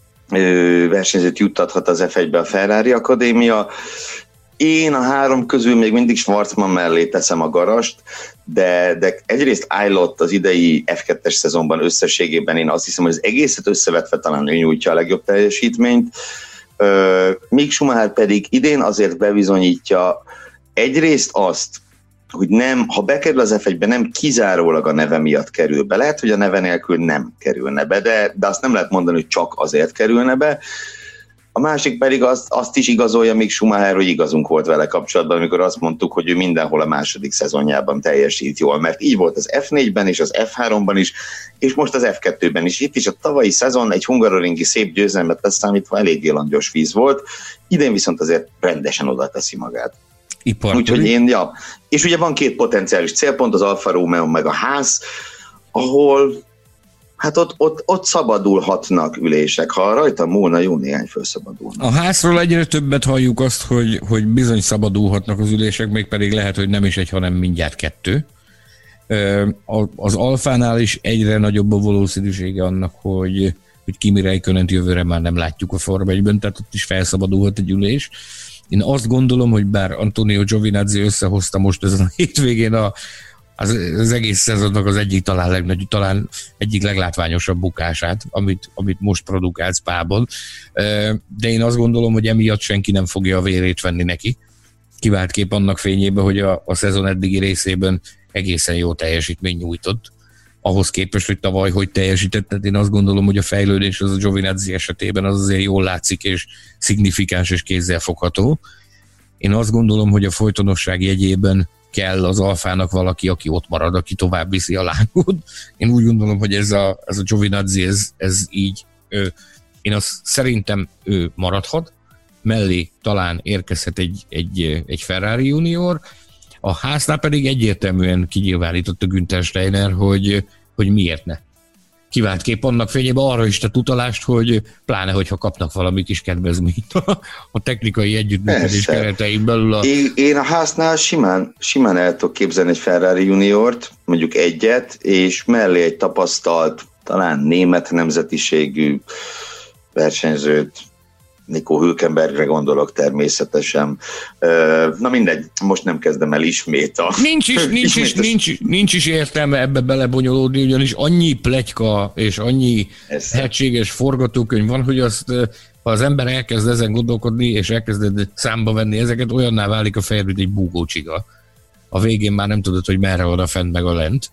juttathat az F1-be a Ferrari Akadémia. Én a 3 közül még mindig Schwarzman mellé teszem a garast, de egyrészt Ilott az idei F2-es szezonban összességében én azt hiszem, hogy az egészet összevetve talán ő nyújtja a legjobb teljesítményt. Mick Schumacher pedig idén azért bebizonyítja egyrészt azt, hogy nem, ha bekerül az F1-be, nem kizárólag a neve miatt kerül be. Lehet, hogy a neve nélkül nem kerülne be, de azt nem lehet mondani, hogy csak azért kerülne be. A másik pedig azt is igazolja Mick Schumacher, hogy igazunk volt vele kapcsolatban, amikor azt mondtuk, hogy ő mindenhol a második szezonjában teljesít jól, mert így volt az F4-ben is, az F3-ban is, és most az F2-ben is. Itt is a tavalyi szezon egy hungaroringi szép győzelmet leszámítva eléggé langyos víz volt, idén viszont azért rendesen oda teszi magát. Úgyhogy és ugye van 2 potenciális célpont, az Alfa Romeo meg a Haas, ahol hát ott szabadulhatnak ülések. Ha rajta múlna, jó néhány felszabadulnak. A Haasról egyre többet halljuk azt, hogy bizony szabadulhatnak az ülések, mégpedig lehet, hogy nem is egy, hanem mindjárt 2. Az Alfánál is egyre nagyobb a valószínűsége annak, hogy Kimi Räikkönent jövőre már nem látjuk a Forma 1-ben, tehát ott is felszabadulhat egy ülés. Én azt gondolom, hogy bár Antonio Giovinazzi összehozta most ezen a hétvégén az egész szezonnak az egyik talán egyik leglátványosabb bukását, amit most produkál Spában, de én azt gondolom, hogy emiatt senki nem fogja a vérét venni neki. Kiváltképp annak fényében, hogy a szezon eddigi részében egészen jó teljesítmény nyújtott. Ahhoz képest, hogy tavaly hogy teljesített, én azt gondolom, hogy a fejlődés az a Giovinazzi esetében az azért jól látszik, és szignifikáns és kézzelfogható. Én azt gondolom, hogy a folytonosság jegyében kell az Alfának valaki, aki ott marad, aki tovább viszi a lángot. Én úgy gondolom, hogy ez a Giovinazzi, ez így, én azt szerintem ő maradhat, mellé talán érkezhet egy Ferrari junior, a Haasnál pedig egyértelműen kinyilvánította Günther Steiner, hogy miért ne. Kiváltképp annak fényében arra is tett utalást, hogy pláne, hogyha kapnak valami kis kedvezményt a technikai együttműködés keretein belül. Én a Haasnál simán el tudok képzelni egy Ferrari juniort, mondjuk egyet, és mellé egy tapasztalt, talán német nemzetiségű versenyzőt, Nico Hülkenbergre gondolok természetesen. Na mindegy, most nem kezdem el ismét Nincs is értelme ebbe belebonyolódni, ugyanis annyi pletyka és annyi lehetséges forgatókönyv van, hogy azt, ha az ember elkezd ezen gondolkodni, és elkezded számba venni ezeket, olyanná válik a fejed, mint egy búgócsiga. A végén már nem tudod, hogy merre van a fent meg a lent.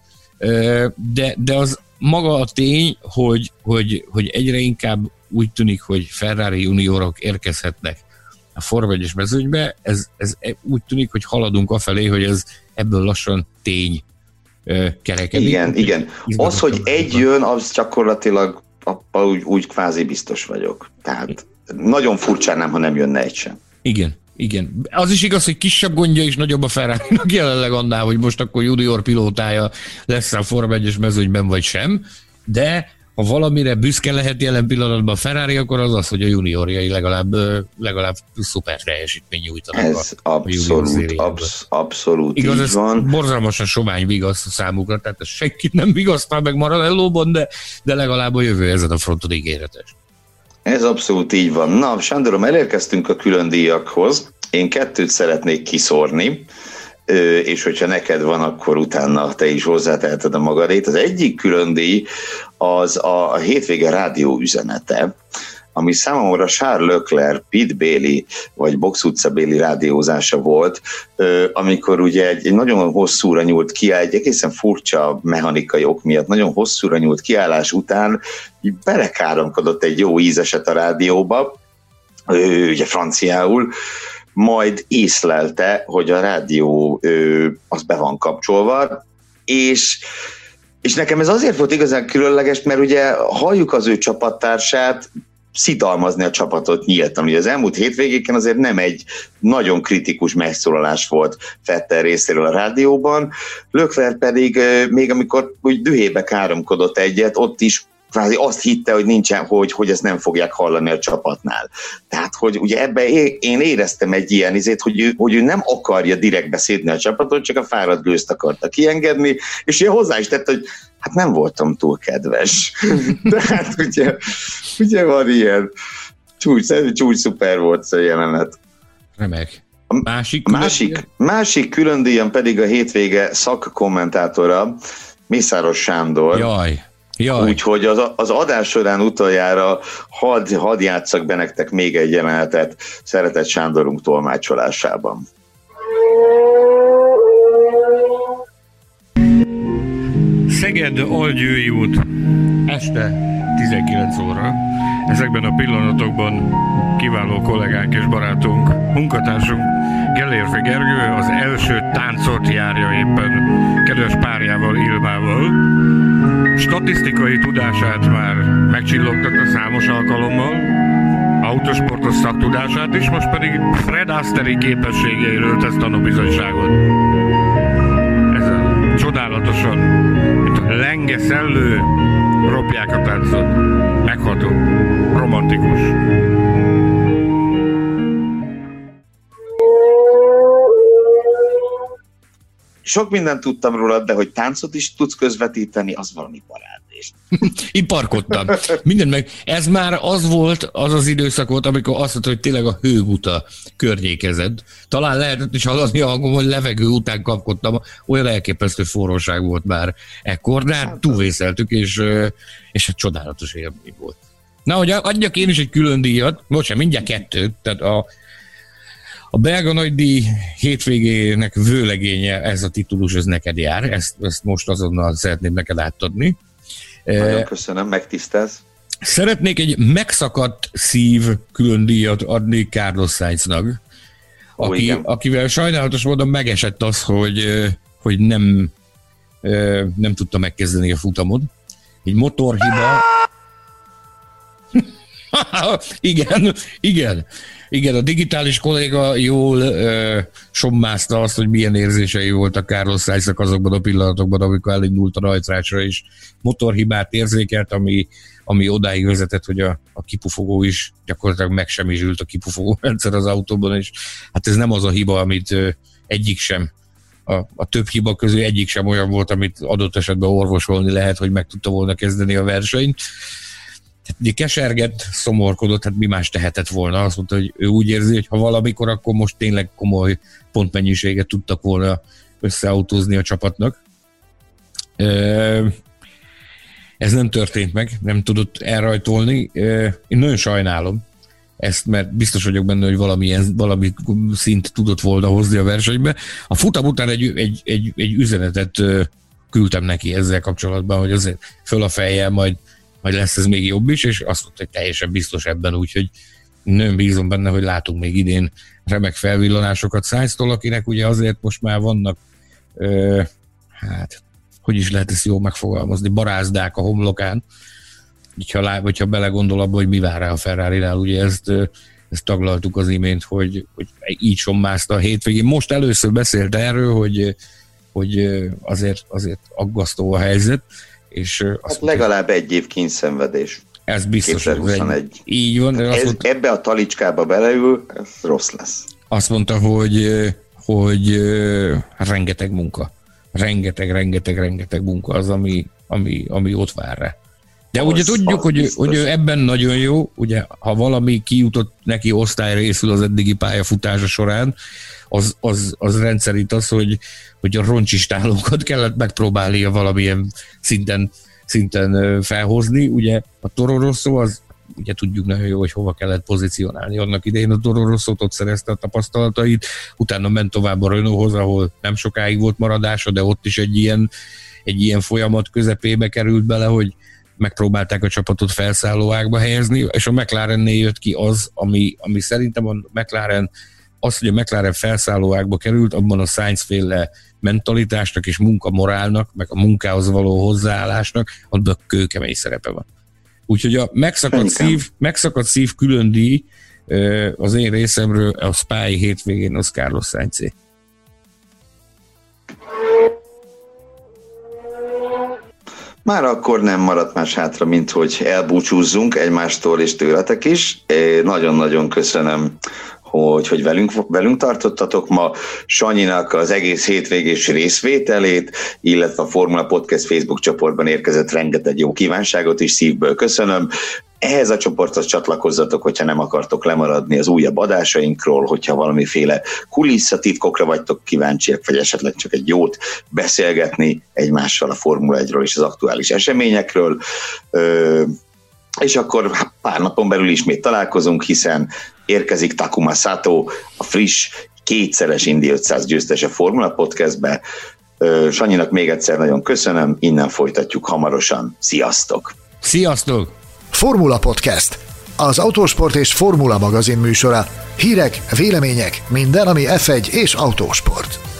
De az maga a tény, hogy egyre inkább úgy tűnik, hogy Ferrari juniorok érkezhetnek a Forma 1-es mezőnybe, ez úgy tűnik, hogy haladunk afelé, hogy ez ebből lassan tény. kerekedik. Igen. Az, hogy egy jön, az gyakorlatilag úgy kvázi biztos vagyok. Tehát nagyon furcsán nem, ha nem jönne egy sem. Igen. Az is igaz, hogy kisebb gondja is nagyobb a Ferrari-nak jelenleg annál, hogy most akkor junior pilótája lesz a Forma 1-es mezőnyben vagy sem, de ha valamire büszke lehet jelen pillanatban a Ferrari, akkor az, hogy a juniorjai legalább szuper teljesítmény nyújtanak. Ez abszolút igaz, így van. Borzalmasan sovány vigasz számukra, tehát ez senkit nem vigasztal meg Maranellóban, de legalább a jövő ezen a fronton ígéretes. Ez abszolút így van. Na, Sándorom, elérkeztünk a külön díjakhoz. Én 2 szeretnék kiszórni, és hogyha neked van, akkor utána te is hozzáteheted a magadét. Az egyik külön díj az a hétvége rádió üzenete, ami számomra Charles Leclerc, Pit Bailey vagy Box utcabéli rádiózása volt, amikor ugye egy nagyon hosszúra nyúlt kiállás, egy egészen furcsa mechanikai ok miatt, nagyon hosszúra nyúlt kiállás után belekáromkodott egy jó ízeset a rádióba, ugye franciául, majd észlelte, hogy a rádió az be van kapcsolva, és nekem ez azért volt igazán különleges, mert ugye halljuk az ő csapattársát szidalmazni a csapatot nyíltan. Ugye az elmúlt hétvégéken azért nem egy nagyon kritikus megszólalás volt Vettel részéről a rádióban, Leclerc pedig még amikor úgy dühébe káromkodott egyet, ott is kvázi azt hitte, hogy nincsen, hogy ezt nem fogják hallani a csapatnál. Tehát, hogy ugye ebben én éreztem egy ilyen izét, hogy ő nem akarja direkt beszédni a csapatot, csak a fáradt gőzt akarta kiengedni, és ugye hozzá is tett, hogy hát nem voltam túl kedves. Tehát ugye van ilyen csúcs szuper volt a jelenet. Remek. Másik külön díjam pedig a hétvége szakkommentátora, Mészáros Sándor. Jaj. Úgyhogy az adás során utoljára hadd játsszak be nektek még egy jelenetet Szeretett Sándorunk tolmácsolásában. Szeged Algyői út, este 19 óra. Ezekben a pillanatokban kiváló kollégánk és barátunk, munkatársunk Gellérfi Gergő az első táncot járja éppen kedves párjával, Ilmával. Statisztikai tudását már megcsillogtatta számos alkalommal, autosportos szaktudását is, most pedig Fred Asteri képességeiről tesz tanúbizonyságot. Ez csodálatosan, mint a lenge szellő, ropják a táncot. Megható, romantikus. Sok mindent tudtam rólad, de hogy táncot is tudsz közvetíteni, az valami parádés. Iparkodtam. Minden meg. Ez már az volt, az időszak volt, amikor azt mondta, hogy tényleg a hőguta környékezett. Talán lehetett is hallani a hangom, hogy levegő után kapkodtam. Olyan elképesztő forróság volt már ekkor, de hát túlvészeltük, és egy csodálatos élmény volt. Na, hogy adjak én is egy külön díjat, bocsánat, mindjárt 2, tehát a belga nagydíj hétvégének vőlegénye, ez a titulus, ez neked jár, ezt most azonnal szeretném neked átadni. Nagyon köszönöm, megtisztelsz. Szeretnék egy megszakadt szív külön díjat adni Carlos Sainznak, akivel sajnálatos módon megesett az, hogy nem tudta megkezdeni a futamot. Egy motorhiba. Igen, a digitális kolléga jól sommázta azt, hogy milyen érzései voltak Carlos Sainznak azokban a pillanatokban, amikor elindult a rajtrácsra, és motorhibát érzékelt, ami odáig vezetett, hogy a kipufogó is gyakorlatilag megsemmisült a kipufogó rendszer az autóban, és hát ez nem az a hiba, amit egyik sem, a több hiba közül egyik sem olyan volt, amit adott esetben orvosolni lehet, hogy meg tudta volna kezdeni a versenyt. Tehát kesergett, szomorkodott, hát mi más tehetett volna. Azt mondta, hogy ő úgy érzi, hogy ha valamikor, akkor most tényleg komoly pontmennyiséget tudtak volna összeautózni a csapatnak. Ez nem történt meg, nem tudott elrajtolni. Én nagyon sajnálom ezt, mert biztos vagyok benne, hogy valami szint tudott volna hozni a versenybe. A futam után egy üzenetet küldtem neki ezzel kapcsolatban, hogy azért föl a fejjel, majd lesz ez még jobb is, és azt mondta, hogy teljesen biztos ebben, úgyhogy nagyon bízom benne, hogy látunk még idén remek felvillanásokat Sainztól, akinek ugye azért most már vannak hogy is lehet ezt jól megfogalmazni, barázdák a homlokán, hogyha belegondol abba, hogy mi vár rá a Ferrarinál, ugye ezt taglaltuk az imént, hogy így sommázta a hétvégén. Most először beszélt erről, hogy azért aggasztó a helyzet. És hát legalább egy év kényszenvedés. Ez biztos. 2021. Így van. Ebbe a talicskába beleül, ez rossz lesz. Azt mondta, hogy rengeteg munka. Rengeteg munka az, ami ott vár rá. De ugye tudjuk, hogy ebben nagyon jó, ugye, ha valami kijutott neki osztályrészül az eddigi pályafutása során, az rendszerint az, hogy a roncsistálókat kellett megpróbálnia valamilyen szinten felhozni. Ugye a Toro Rosso, az ugye tudjuk nagyon jó, hogy hova kellett pozícionálni. Annak idején a Toro Rosso ott szerezte a tapasztalatait, utána ment tovább a Renaulthoz, ahol nem sokáig volt maradása, de ott is egy ilyen folyamat közepébe került bele, hogy megpróbálták a csapatot felszállóákba helyezni, és a McLarennél jött ki az, ami szerintem a McLaren, az, hogy a McLaren felszállóákba került, abban a Sainz-féle mentalitásnak és munkamorálnak, meg a munkához való hozzáállásnak, abban kőkemény szerepe van. Úgyhogy a megszakadt szív külön díj az én részemről a Spái hétvégén az Carlos Sainzé. Már akkor nem maradt más hátra, mint hogy elbúcsúzzunk egymástól és tőletek is. Nagyon-nagyon köszönöm, hogy velünk tartottatok ma, Sanyinak az egész hétvégés részvételét, illetve a Formula Podcast Facebook csoportban érkezett rengeteg jó kívánságot is szívből köszönöm. Ehhez a csoporthoz csatlakozzatok, hogyha nem akartok lemaradni az újabb adásainkról, hogyha valamiféle kulisszatitkokra vagytok kíváncsiak, vagy esetleg csak egy jót beszélgetni egymással a Formula 1-ről és az aktuális eseményekről. És akkor pár napon belül ismét találkozunk, hiszen érkezik Takuma Sato, a friss, kétszeres Indy 500 győztese Formula Podcastbe. Sanyinak még egyszer nagyon köszönöm, innen folytatjuk hamarosan. Sziasztok! Sziasztok! Formula Podcast, az autósport és formula magazin műsora. Hírek, vélemények, minden, ami F1 és autósport.